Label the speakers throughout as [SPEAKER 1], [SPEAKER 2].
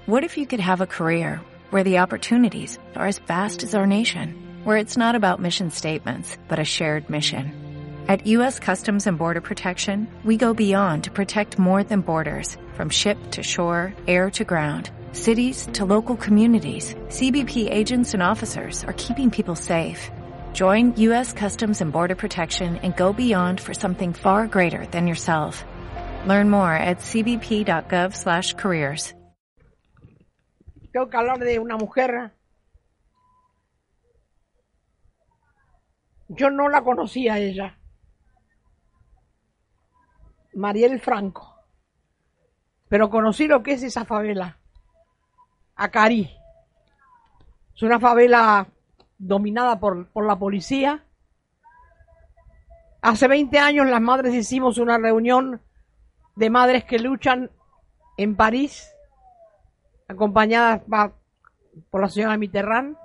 [SPEAKER 1] What if you could have a career where the opportunities are as vast as our nation, where it's not about mission statements, but a shared mission? At U.S. Customs and Border Protection, we go beyond to protect more than borders, from ship to shore, air to ground, cities to local communities. CBP agents and officers are keeping people safe. Join U.S. Customs and Border Protection and go beyond for something far greater than yourself. Learn more at cbp.gov/careers.
[SPEAKER 2] Tengo que hablar de una mujer. Yo no la conocía a ella. Mariel Franco. Pero conocí lo que es esa favela. Acarí. Es una favela dominada por la policía. Hace 20 años las madres hicimos una reunión de madres que luchan en París, acompañadas por la señora Mitterrand.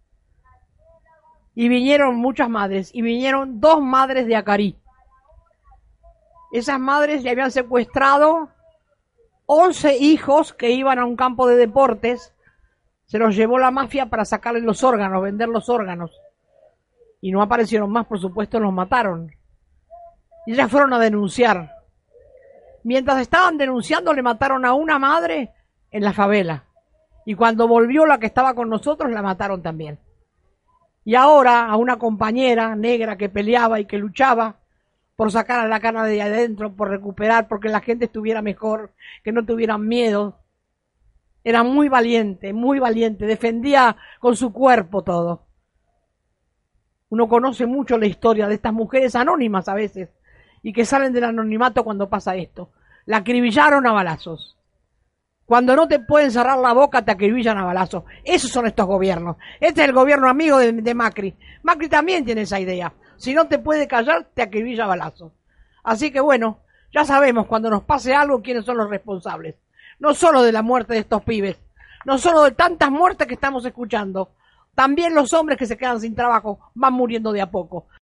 [SPEAKER 2] Y vinieron muchas madres, y vinieron 2 madres de Acarí. Esas madres le habían secuestrado 11 hijos que iban a un campo de deportes. Se los llevó la mafia para sacarles los órganos, vender los órganos. Y no aparecieron más, por supuesto, los mataron. Y ellas fueron a denunciar. Mientras estaban denunciando, le mataron a una madre en la favela. Y cuando volvió la que estaba con nosotros, la mataron también. Y ahora a una compañera negra que peleaba y que luchaba por sacar a la cana de adentro, por recuperar, porque la gente estuviera mejor, que no tuvieran miedo. Era muy valiente, defendía con su cuerpo todo. Uno conoce mucho la historia de estas mujeres anónimas a veces, y que salen del anonimato cuando pasa esto. La acribillaron a balazos. Cuando no te pueden cerrar la boca, te acribillan a balazos. Esos son estos gobiernos. Este es el gobierno amigo de Macri. Macri también tiene esa idea. Si no te puede callar, te acribilla a balazos. Así que bueno, ya sabemos cuando nos pase algo quiénes son los responsables. No solo de la muerte de estos pibes, no solo de tantas muertes que estamos escuchando. También los hombres que se quedan sin trabajo van muriendo de a poco.